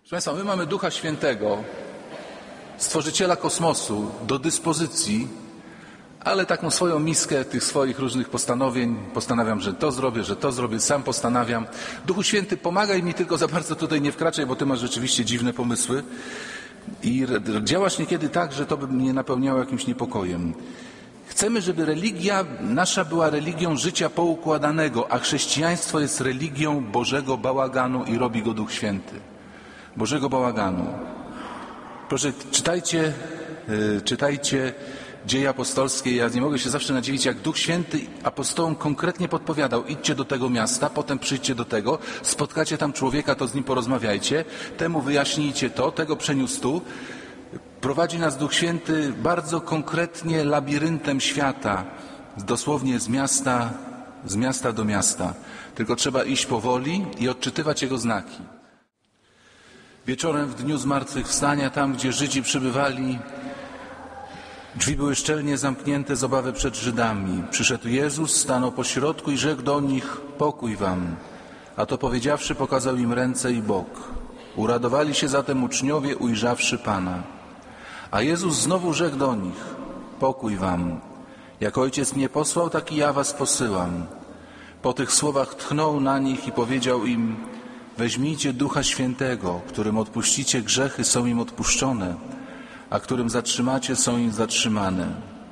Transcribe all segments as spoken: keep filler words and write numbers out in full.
Proszę Państwa, my mamy Ducha Świętego, Stworzyciela kosmosu, do dyspozycji, ale taką swoją miskę tych swoich różnych postanowień, postanawiam, że to zrobię, że to zrobię, sam postanawiam. Duchu Święty, pomagaj mi, tylko za bardzo tutaj nie wkraczaj, bo Ty masz rzeczywiście dziwne pomysły i działasz niekiedy tak, że to by mnie napełniało jakimś niepokojem. Chcemy, żeby religia nasza była religią życia poukładanego, a chrześcijaństwo jest religią Bożego bałaganu i robi go Duch Święty. Bożego bałaganu. Proszę, czytajcie, yy, czytajcie Dzieje apostolskie. Ja nie mogę się zawsze nadziwić, jak Duch Święty apostołom konkretnie podpowiadał: idźcie do tego miasta, potem przyjdźcie do tego, spotkacie tam człowieka, to z nim porozmawiajcie, temu wyjaśnijcie to, tego przeniósł tu. Prowadzi nas Duch Święty bardzo konkretnie labiryntem świata, dosłownie z miasta, z miasta do miasta. Tylko trzeba iść powoli i odczytywać jego znaki. Wieczorem w dniu zmartwychwstania, tam gdzie Żydzi przybywali, drzwi były szczelnie zamknięte z obawy przed Żydami. Przyszedł Jezus, stanął pośrodku i rzekł do nich: pokój wam. A to powiedziawszy, pokazał im ręce i bok. Uradowali się zatem uczniowie, ujrzawszy Pana. A Jezus znowu rzekł do nich: pokój wam. Jak Ojciec mnie posłał, tak i ja was posyłam. Po tych słowach tchnął na nich i powiedział im: weźmijcie Ducha Świętego, którym odpuścicie grzechy, są im odpuszczone, a którym zatrzymacie, są im zatrzymane.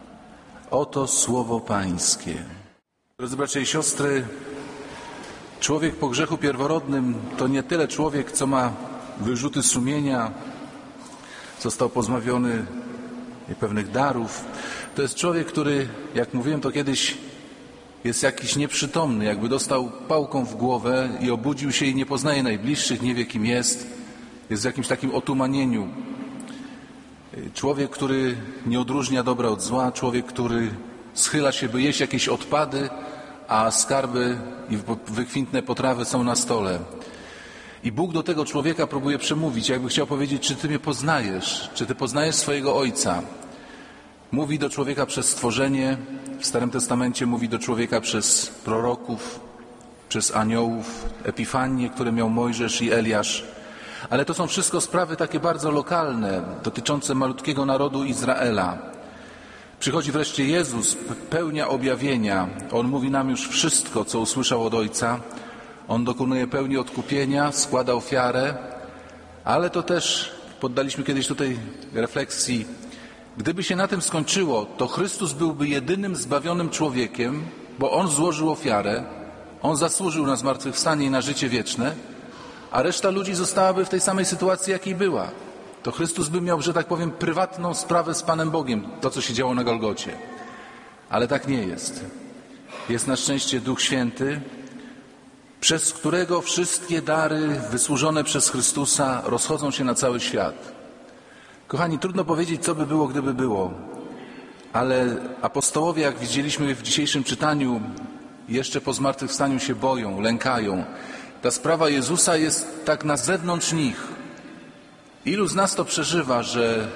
Oto słowo Pańskie. Drodzy bracia i siostry, człowiek po grzechu pierworodnym to nie tyle człowiek, co ma wyrzuty sumienia, został pozbawiony pewnych darów. To jest człowiek, który, jak mówiłem to kiedyś, jest jakiś nieprzytomny, jakby dostał pałką w głowę i obudził się i nie poznaje najbliższych, nie wie kim jest, jest w jakimś takim otumanieniu. Człowiek, który nie odróżnia dobra od zła, człowiek, który schyla się, by jeść jakieś odpady, a skarby i wykwintne potrawy są na stole. I Bóg do tego człowieka próbuje przemówić, jakby chciał powiedzieć: czy Ty mnie poznajesz, czy Ty poznajesz swojego Ojca. Mówi do człowieka przez stworzenie, w Starym Testamencie mówi do człowieka przez proroków, przez aniołów, Epifanię, które miał Mojżesz i Eliasz. Ale to są wszystko sprawy takie bardzo lokalne, dotyczące malutkiego narodu Izraela. Przychodzi wreszcie Jezus, pełnia objawienia. On mówi nam już wszystko, co usłyszał od Ojca. On dokonuje pełni odkupienia, składa ofiarę, ale to też poddaliśmy kiedyś tutaj refleksji. Gdyby się na tym skończyło, to Chrystus byłby jedynym zbawionym człowiekiem, bo On złożył ofiarę, On zasłużył na zmartwychwstanie i na życie wieczne, a reszta ludzi zostałaby w tej samej sytuacji, jakiej była. To Chrystus by miał, że tak powiem, prywatną sprawę z Panem Bogiem, to co się działo na Golgocie. Ale tak nie jest. Jest na szczęście Duch Święty, przez którego wszystkie dary wysłużone przez Chrystusa rozchodzą się na cały świat. Kochani, trudno powiedzieć, co by było, gdyby było, ale apostołowie, jak widzieliśmy w dzisiejszym czytaniu, jeszcze po zmartwychwstaniu się boją, lękają. Ta sprawa Jezusa jest tak na zewnątrz nich. Ilu z nas to przeżywa, że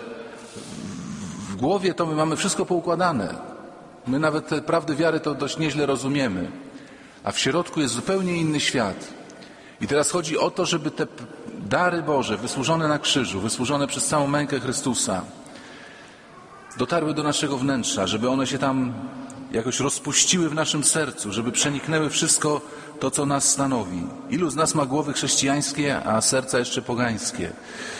w głowie to my mamy wszystko poukładane. My nawet te prawdy wiary to dość nieźle rozumiemy, a w środku jest zupełnie inny świat. I teraz chodzi o to, żeby te dary Boże wysłużone na krzyżu, wysłużone przez całą mękę Chrystusa, dotarły do naszego wnętrza, żeby one się tam jakoś rozpuściły w naszym sercu, żeby przeniknęły wszystko to, co nas stanowi. Ilu z nas ma głowy chrześcijańskie, a serca jeszcze pogańskie?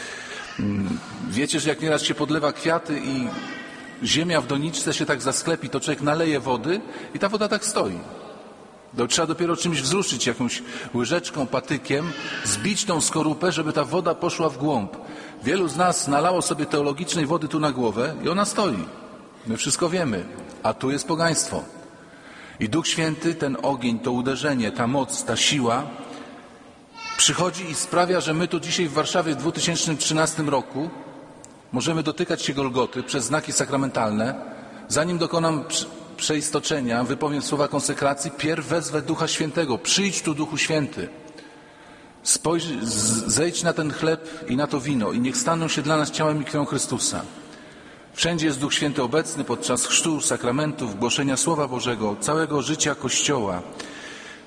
Wiecie, że jak nieraz się podlewa kwiaty i ziemia w doniczce się tak zasklepi, to człowiek naleje wody i ta woda tak stoi. To trzeba dopiero czymś wzruszyć, jakąś łyżeczką, patykiem, zbić tą skorupę, żeby ta woda poszła w głąb. Wielu z nas nalało sobie teologicznej wody tu na głowę i ona stoi. My wszystko wiemy, a tu jest pogaństwo. I Duch Święty, ten ogień, to uderzenie, ta moc, ta siła przychodzi i sprawia, że my tu dzisiaj w Warszawie w dwa tysiące trzynastym roku możemy dotykać się Golgoty przez znaki sakramentalne. Zanim dokonam przeistoczenia, wypowiem słowa konsekracji, pierw wezwę Ducha Świętego. Przyjdź tu, Duchu Święty. Spojrz, zejdź na ten chleb i na to wino i niech staną się dla nas ciałem i krwią Chrystusa. Wszędzie jest Duch Święty obecny podczas chrztu, sakramentów, głoszenia Słowa Bożego, całego życia Kościoła.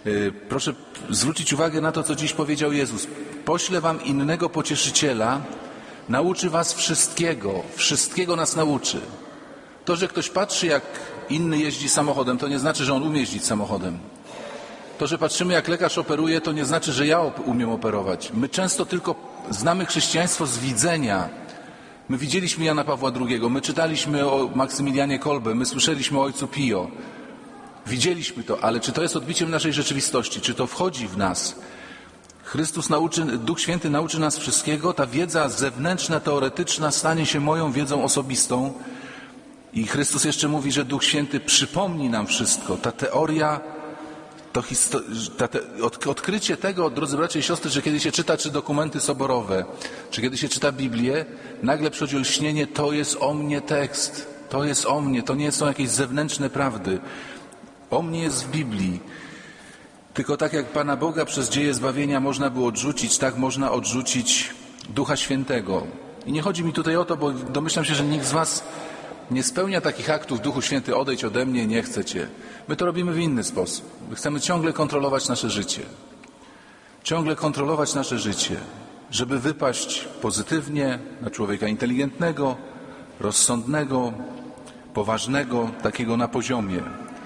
Proszę zwrócić uwagę na to, co dziś powiedział Jezus. Poślę wam innego pocieszyciela, nauczy was wszystkiego. Wszystkiego nas nauczy. To, że ktoś patrzy, jak inny jeździ samochodem, to nie znaczy, że on umie jeździć samochodem. To, że patrzymy, jak lekarz operuje, to nie znaczy, że ja umiem operować. My często tylko znamy chrześcijaństwo z widzenia. My widzieliśmy Jana Pawła drugiego, my czytaliśmy o Maksymilianie Kolbe, my słyszeliśmy o ojcu Pio. Widzieliśmy to, ale czy to jest odbiciem naszej rzeczywistości? Czy to wchodzi w nas? Chrystus nauczy, Duch Święty nauczy nas wszystkiego. Ta wiedza zewnętrzna, teoretyczna stanie się moją wiedzą osobistą. I Chrystus jeszcze mówi, że Duch Święty przypomni nam wszystko. Ta teoria, to histo- ta te, od, odkrycie tego, drodzy bracia i siostry, że kiedy się czyta czy dokumenty soborowe, czy kiedy się czyta Biblię, nagle przychodzi olśnienie, to jest o mnie tekst. To jest o mnie, to nie są jakieś zewnętrzne prawdy. O mnie jest w Biblii. Tylko tak jak Pana Boga przez dzieje zbawienia można było odrzucić, tak można odrzucić Ducha Świętego. I nie chodzi mi tutaj o to, bo domyślam się, że nikt z was nie spełnia takich aktów: Duchu Święty, odejdź ode mnie, nie chcę Cię. My to robimy w inny sposób. My chcemy ciągle kontrolować nasze życie. Ciągle kontrolować nasze życie, żeby wypaść pozytywnie na człowieka inteligentnego, rozsądnego, poważnego, takiego na poziomie.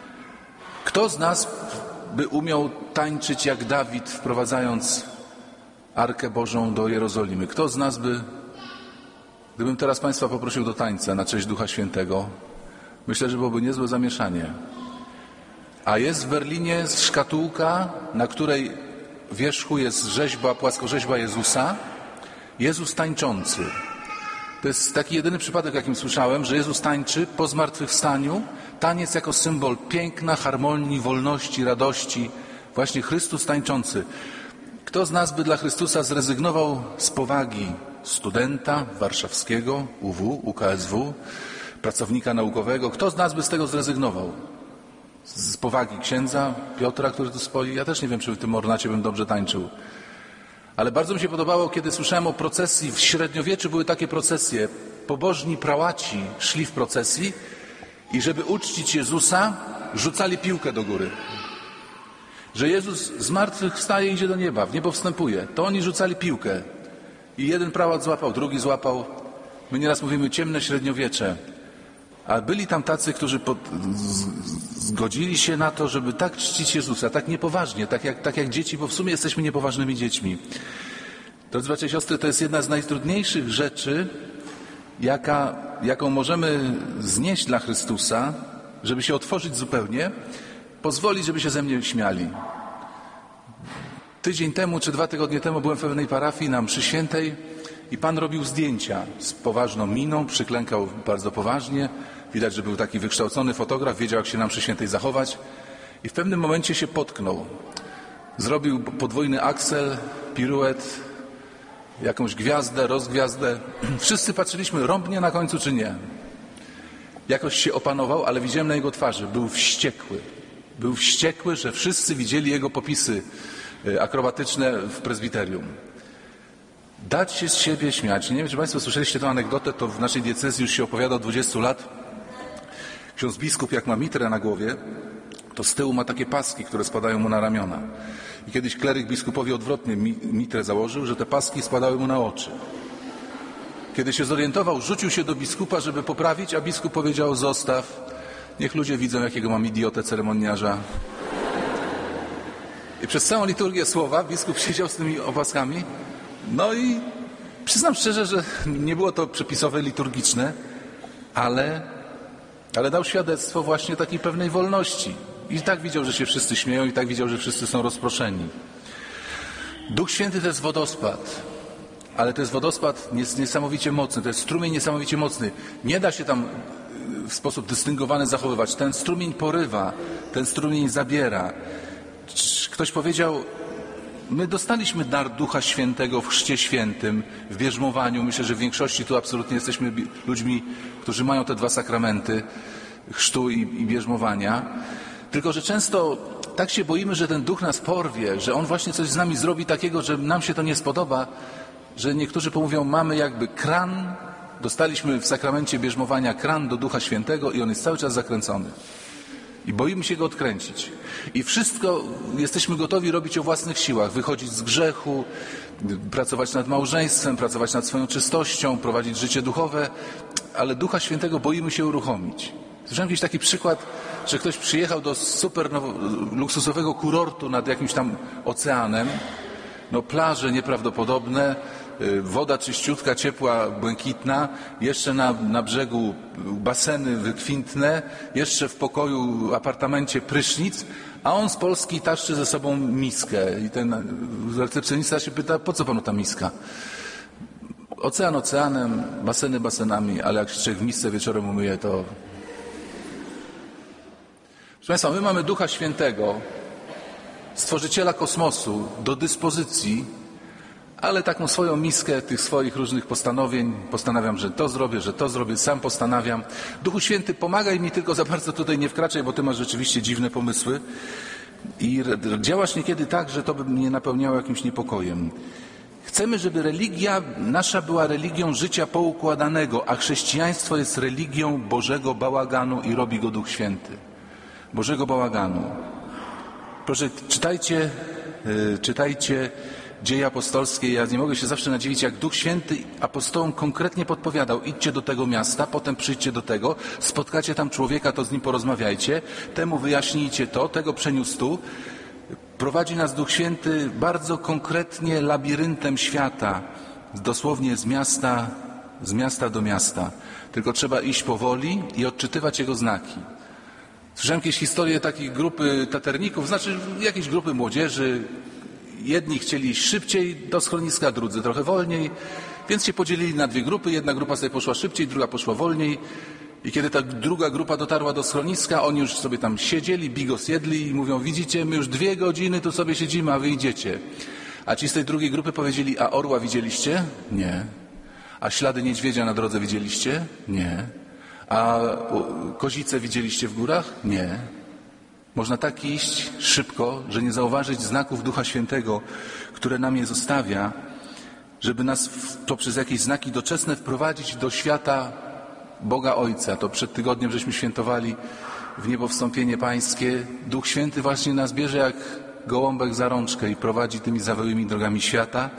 Kto z nas by umiał tańczyć jak Dawid, wprowadzając Arkę Bożą do Jerozolimy? Kto z nas by, gdybym teraz Państwa poprosił do tańca na cześć Ducha Świętego, myślę, że byłoby niezłe zamieszanie. A jest w Berlinie szkatułka, na której wierzchu jest rzeźba, płaskorzeźba Jezusa, Jezus tańczący. To jest taki jedyny przypadek, jakim słyszałem, że Jezus tańczy po zmartwychwstaniu. Taniec jako symbol piękna, harmonii, wolności, radości. Właśnie Chrystus tańczący. Kto z nas by dla Chrystusa zrezygnował z powagi studenta warszawskiego, U W, U K S W, pracownika naukowego? Kto z nas by z tego zrezygnował? Z powagi księdza Piotra, który tu stoi? Ja też nie wiem, czy w tym ornacie bym dobrze tańczył. Ale bardzo mi się podobało, kiedy słyszałem o procesji. W średniowieczu były takie procesje. Pobożni prałaci szli w procesji i żeby uczcić Jezusa, rzucali piłkę do góry. Że Jezus z martwych wstaje i idzie do nieba, w niebo wstępuje. To oni rzucali piłkę. I jeden prałat złapał, drugi złapał. My nieraz mówimy ciemne średniowiecze. A byli tam tacy, którzy pod, z, zgodzili się na to, żeby tak czcić Jezusa, tak niepoważnie, tak jak, tak jak dzieci, bo w sumie jesteśmy niepoważnymi dziećmi. Drodzy bracia i siostry, to jest jedna z najtrudniejszych rzeczy, jaka, jaką możemy znieść dla Chrystusa, żeby się otworzyć zupełnie, pozwolić, żeby się ze mnie śmiali. Tydzień temu, czy dwa tygodnie temu byłem w pewnej parafii na mszy świętej i pan robił zdjęcia z poważną miną, przyklękał bardzo poważnie. Widać, że był taki wykształcony fotograf, wiedział, jak się na mszy świętej zachować. I w pewnym momencie się potknął. Zrobił podwójny aksel, piruet, jakąś gwiazdę, rozgwiazdę. Wszyscy patrzyliśmy, rąbnie na końcu czy nie. Jakoś się opanował, ale widziałem na jego twarzy, był wściekły. Był wściekły, że wszyscy widzieli jego popisy akrobatyczne w prezbiterium. Dać się z siebie śmiać. Nie wiem, czy Państwo słyszeliście tę anegdotę, to w naszej diecezji już się opowiada od dwudziestu lat. Ksiądz biskup, jak ma mitrę na głowie, to z tyłu ma takie paski, które spadają mu na ramiona. I kiedyś kleryk biskupowi odwrotnie mitrę założył, że te paski spadały mu na oczy. Kiedy się zorientował, rzucił się do biskupa, żeby poprawić, a biskup powiedział: zostaw, niech ludzie widzą, jakiego mam idiotę ceremoniarza. I przez całą liturgię słowa biskup siedział z tymi opaskami. No i przyznam szczerze, że nie było to przepisowe, liturgiczne, ale, ale dał świadectwo właśnie takiej pewnej wolności. I tak widział, że się wszyscy śmieją, i tak widział, że wszyscy są rozproszeni. Duch Święty to jest wodospad, ale to jest wodospad niesamowicie mocny, to jest strumień niesamowicie mocny. Nie da się tam w sposób dystyngowany zachowywać. Ten strumień porywa, ten strumień zabiera. Ktoś powiedział: my dostaliśmy dar Ducha Świętego w Chrzcie Świętym, w bierzmowaniu. Myślę, że w większości tu absolutnie jesteśmy ludźmi, którzy mają te dwa sakramenty, chrztu i, i bierzmowania. Tylko że często tak się boimy, że ten Duch nas porwie, że On właśnie coś z nami zrobi takiego, że nam się to nie spodoba, że niektórzy pomówią: mamy jakby kran, dostaliśmy w sakramencie bierzmowania kran do Ducha Świętego i on jest cały czas zakręcony. I boimy się go odkręcić. I wszystko jesteśmy gotowi robić o własnych siłach. Wychodzić z grzechu, pracować nad małżeństwem, pracować nad swoją czystością, prowadzić życie duchowe, ale Ducha Świętego boimy się uruchomić. Słyszałem jakiś taki przykład, że ktoś przyjechał do super nowo, luksusowego kurortu nad jakimś tam oceanem. No plaże nieprawdopodobne, woda czyściutka, ciepła, błękitna, jeszcze na, na brzegu baseny wykwintne, jeszcze w pokoju, apartamencie prysznic, a on z Polski taszczy ze sobą miskę. I ten recepcjonista się pyta, po co panu ta miska? Ocean oceanem, baseny basenami, ale jak się człowiek w misce wieczorem umyje, to... Proszę Państwa, my mamy Ducha Świętego, Stworzyciela kosmosu, do dyspozycji, ale taką swoją miskę tych swoich różnych postanowień, postanawiam, że to zrobię, że to zrobię, sam postanawiam. Duchu Święty, pomagaj mi, tylko za bardzo tutaj nie wkraczaj, bo Ty masz rzeczywiście dziwne pomysły i działasz niekiedy tak, że to by mnie napełniało jakimś niepokojem. Chcemy, żeby religia nasza była religią życia poukładanego, a chrześcijaństwo jest religią Bożego bałaganu i robi go Duch Święty. Bożego bałaganu. Proszę, czytajcie, yy, czytajcie Dzieje apostolskie. Ja nie mogę się zawsze nadziwić, jak Duch Święty apostołom konkretnie podpowiadał: idźcie do tego miasta, potem przyjdźcie do tego, spotkacie tam człowieka, to z nim porozmawiajcie, temu wyjaśnijcie to, tego przeniósł tu. Prowadzi nas Duch Święty bardzo konkretnie labiryntem świata, dosłownie z miasta, z miasta do miasta. Tylko trzeba iść powoli i odczytywać jego znaki. Słyszałem jakieś historie takiej grupy taterników, znaczy jakiejś grupy młodzieży. Jedni chcieli iść szybciej do schroniska, drudzy trochę wolniej, więc się podzielili na dwie grupy. Jedna grupa sobie poszła szybciej, druga poszła wolniej. I kiedy ta druga grupa dotarła do schroniska, oni już sobie tam siedzieli, bigos jedli i mówią: widzicie, my już dwie godziny tu sobie siedzimy, a wy idziecie. A ci z tej drugiej grupy powiedzieli: a orła widzieliście? Nie. A ślady niedźwiedzia na drodze widzieliście? Nie. A kozice widzieliście w górach? Nie. Można tak iść szybko, że nie zauważyć znaków Ducha Świętego, które nam je zostawia, żeby nas poprzez jakieś znaki doczesne wprowadzić do świata Boga Ojca. To przed tygodniem żeśmy świętowali w niebo wstąpienie Pańskie. Duch Święty właśnie nas bierze jak gołąbek za rączkę i prowadzi tymi zawyłymi drogami świata.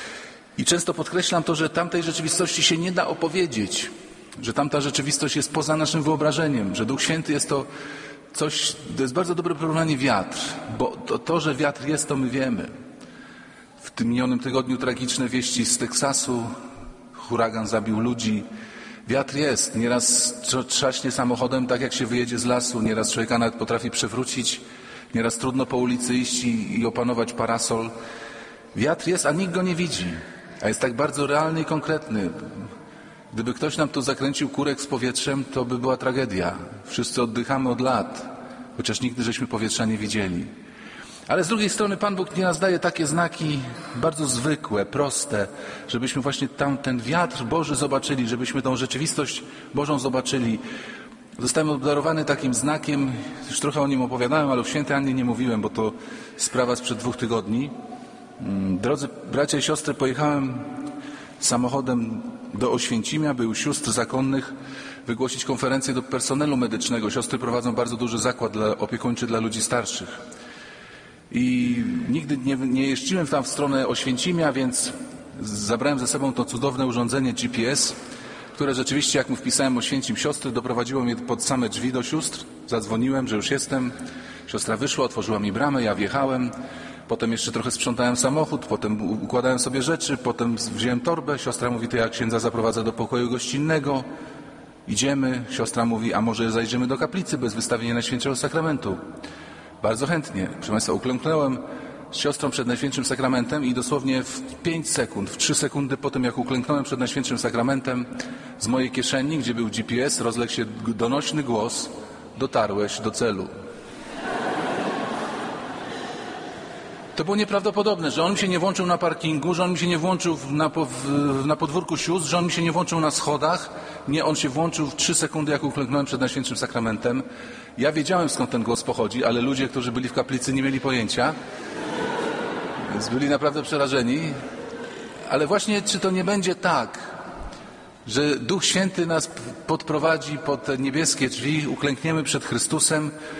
I często podkreślam to, że tamtej rzeczywistości się nie da opowiedzieć, że tamta rzeczywistość jest poza naszym wyobrażeniem, że Duch Święty jest to coś, to jest bardzo dobre porównanie, wiatr, bo to, to, że wiatr jest, to my wiemy. W tym minionym tygodniu tragiczne wieści z Teksasu, huragan zabił ludzi. Wiatr jest, nieraz trzaśnie samochodem tak, jak się wyjedzie z lasu, nieraz człowieka nawet potrafi przewrócić, nieraz trudno po ulicy iść i, i opanować parasol. Wiatr jest, a nikt go nie widzi, a jest tak bardzo realny i konkretny. Gdyby ktoś nam tu zakręcił kurek z powietrzem, to by była tragedia. Wszyscy oddychamy od lat, chociaż nigdy żeśmy powietrza nie widzieli. Ale z drugiej strony Pan Bóg nie nas daje takie znaki bardzo zwykłe, proste, żebyśmy właśnie tam ten wiatr Boży zobaczyli, żebyśmy tą rzeczywistość Bożą zobaczyli. Zostałem obdarowany takim znakiem, już trochę o nim opowiadałem, ale o Świętej Annie nie mówiłem, bo to sprawa sprzed dwóch tygodni. Drodzy bracia i siostry, pojechałem samochodem do Oświęcimia, by u sióstr zakonnych wygłosić konferencję do personelu medycznego. Siostry prowadzą bardzo duży zakład dla, opiekuńczy dla ludzi starszych. I nigdy nie, nie jeździłem tam w stronę Oświęcimia, więc zabrałem ze sobą to cudowne urządzenie G P S, które rzeczywiście, jak mu wpisałem Oświęcim siostry, doprowadziło mnie pod same drzwi do sióstr. Zadzwoniłem, że już jestem. Siostra wyszła, otworzyła mi bramę, ja wjechałem. Potem jeszcze trochę sprzątałem samochód, potem układałem sobie rzeczy, potem wziąłem torbę. Siostra mówi: to ja księdza zaprowadzę do pokoju gościnnego. Idziemy. Siostra mówi: a może zajrzymy do kaplicy bez wystawienia Najświętszego Sakramentu? Bardzo chętnie. Proszę Państwa, uklęknąłem z siostrą przed Najświętszym Sakramentem i dosłownie w pięć sekund, w trzy sekundy po tym, jak uklęknąłem przed Najświętszym Sakramentem, z mojej kieszeni, gdzie był G P S, rozległ się donośny głos: dotarłeś do celu. To było nieprawdopodobne, że on mi się nie włączył na parkingu, że on mi się nie włączył na, na podwórku sióstr, że on mi się nie włączył na schodach. Nie, on się włączył w trzy sekundy, jak uklęknąłem przed Najświętszym Sakramentem. Ja wiedziałem, skąd ten głos pochodzi, ale ludzie, którzy byli w kaplicy, nie mieli pojęcia. Więc byli naprawdę przerażeni. Ale właśnie, czy to nie będzie tak, że Duch Święty nas podprowadzi pod te niebieskie drzwi, uklękniemy przed Chrystusem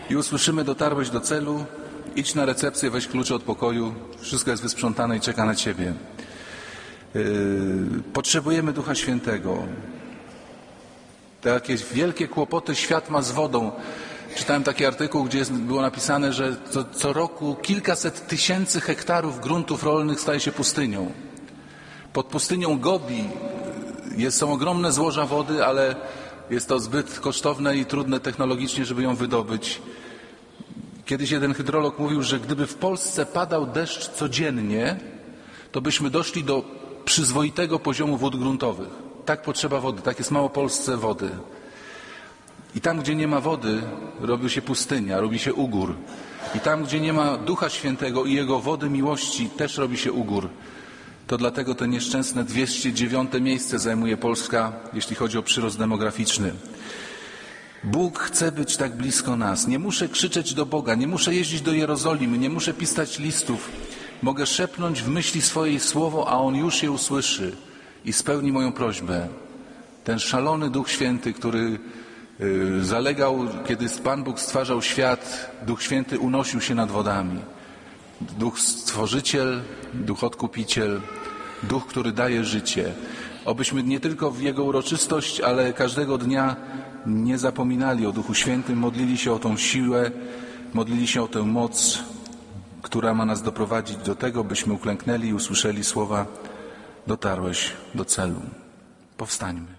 i usłyszymy: dotarłeś do celu, idź na recepcję, weź klucze od pokoju, wszystko jest wysprzątane i czeka na Ciebie. Yy, potrzebujemy Ducha Świętego. Te jakieś wielkie kłopoty świat ma z wodą. Czytałem taki artykuł, gdzie jest, było napisane, że co, co roku kilkaset tysięcy hektarów gruntów rolnych staje się pustynią. Pod pustynią Gobi jest, są ogromne złoża wody, ale jest to zbyt kosztowne i trudne technologicznie, żeby ją wydobyć. Kiedyś jeden hydrolog mówił, że gdyby w Polsce padał deszcz codziennie, to byśmy doszli do przyzwoitego poziomu wód gruntowych. Tak potrzeba wody, tak jest mało w Polsce wody. I tam, gdzie nie ma wody, robi się pustynia, robi się ugór. I tam, gdzie nie ma Ducha Świętego i Jego wody miłości, też robi się ugór. To dlatego te nieszczęsne dwieście dziewiąte miejsce zajmuje Polska, jeśli chodzi o przyrost demograficzny. Bóg chce być tak blisko nas. Nie muszę krzyczeć do Boga, nie muszę jeździć do Jerozolimy, nie muszę pisać listów. Mogę szepnąć w myśli swojej słowo, a On już je usłyszy i spełni moją prośbę. Ten szalony Duch Święty, który yy, zalegał, kiedy Pan Bóg stwarzał świat, Duch Święty unosił się nad wodami. Duch Stworzyciel, Duch Odkupiciel, Duch, który daje życie. Obyśmy nie tylko w Jego uroczystość, ale każdego dnia nie zapominali o Duchu Świętym, modlili się o tą siłę, modlili się o tę moc, która ma nas doprowadzić do tego, byśmy uklęknęli i usłyszeli słowa: dotarłeś do celu. Powstańmy.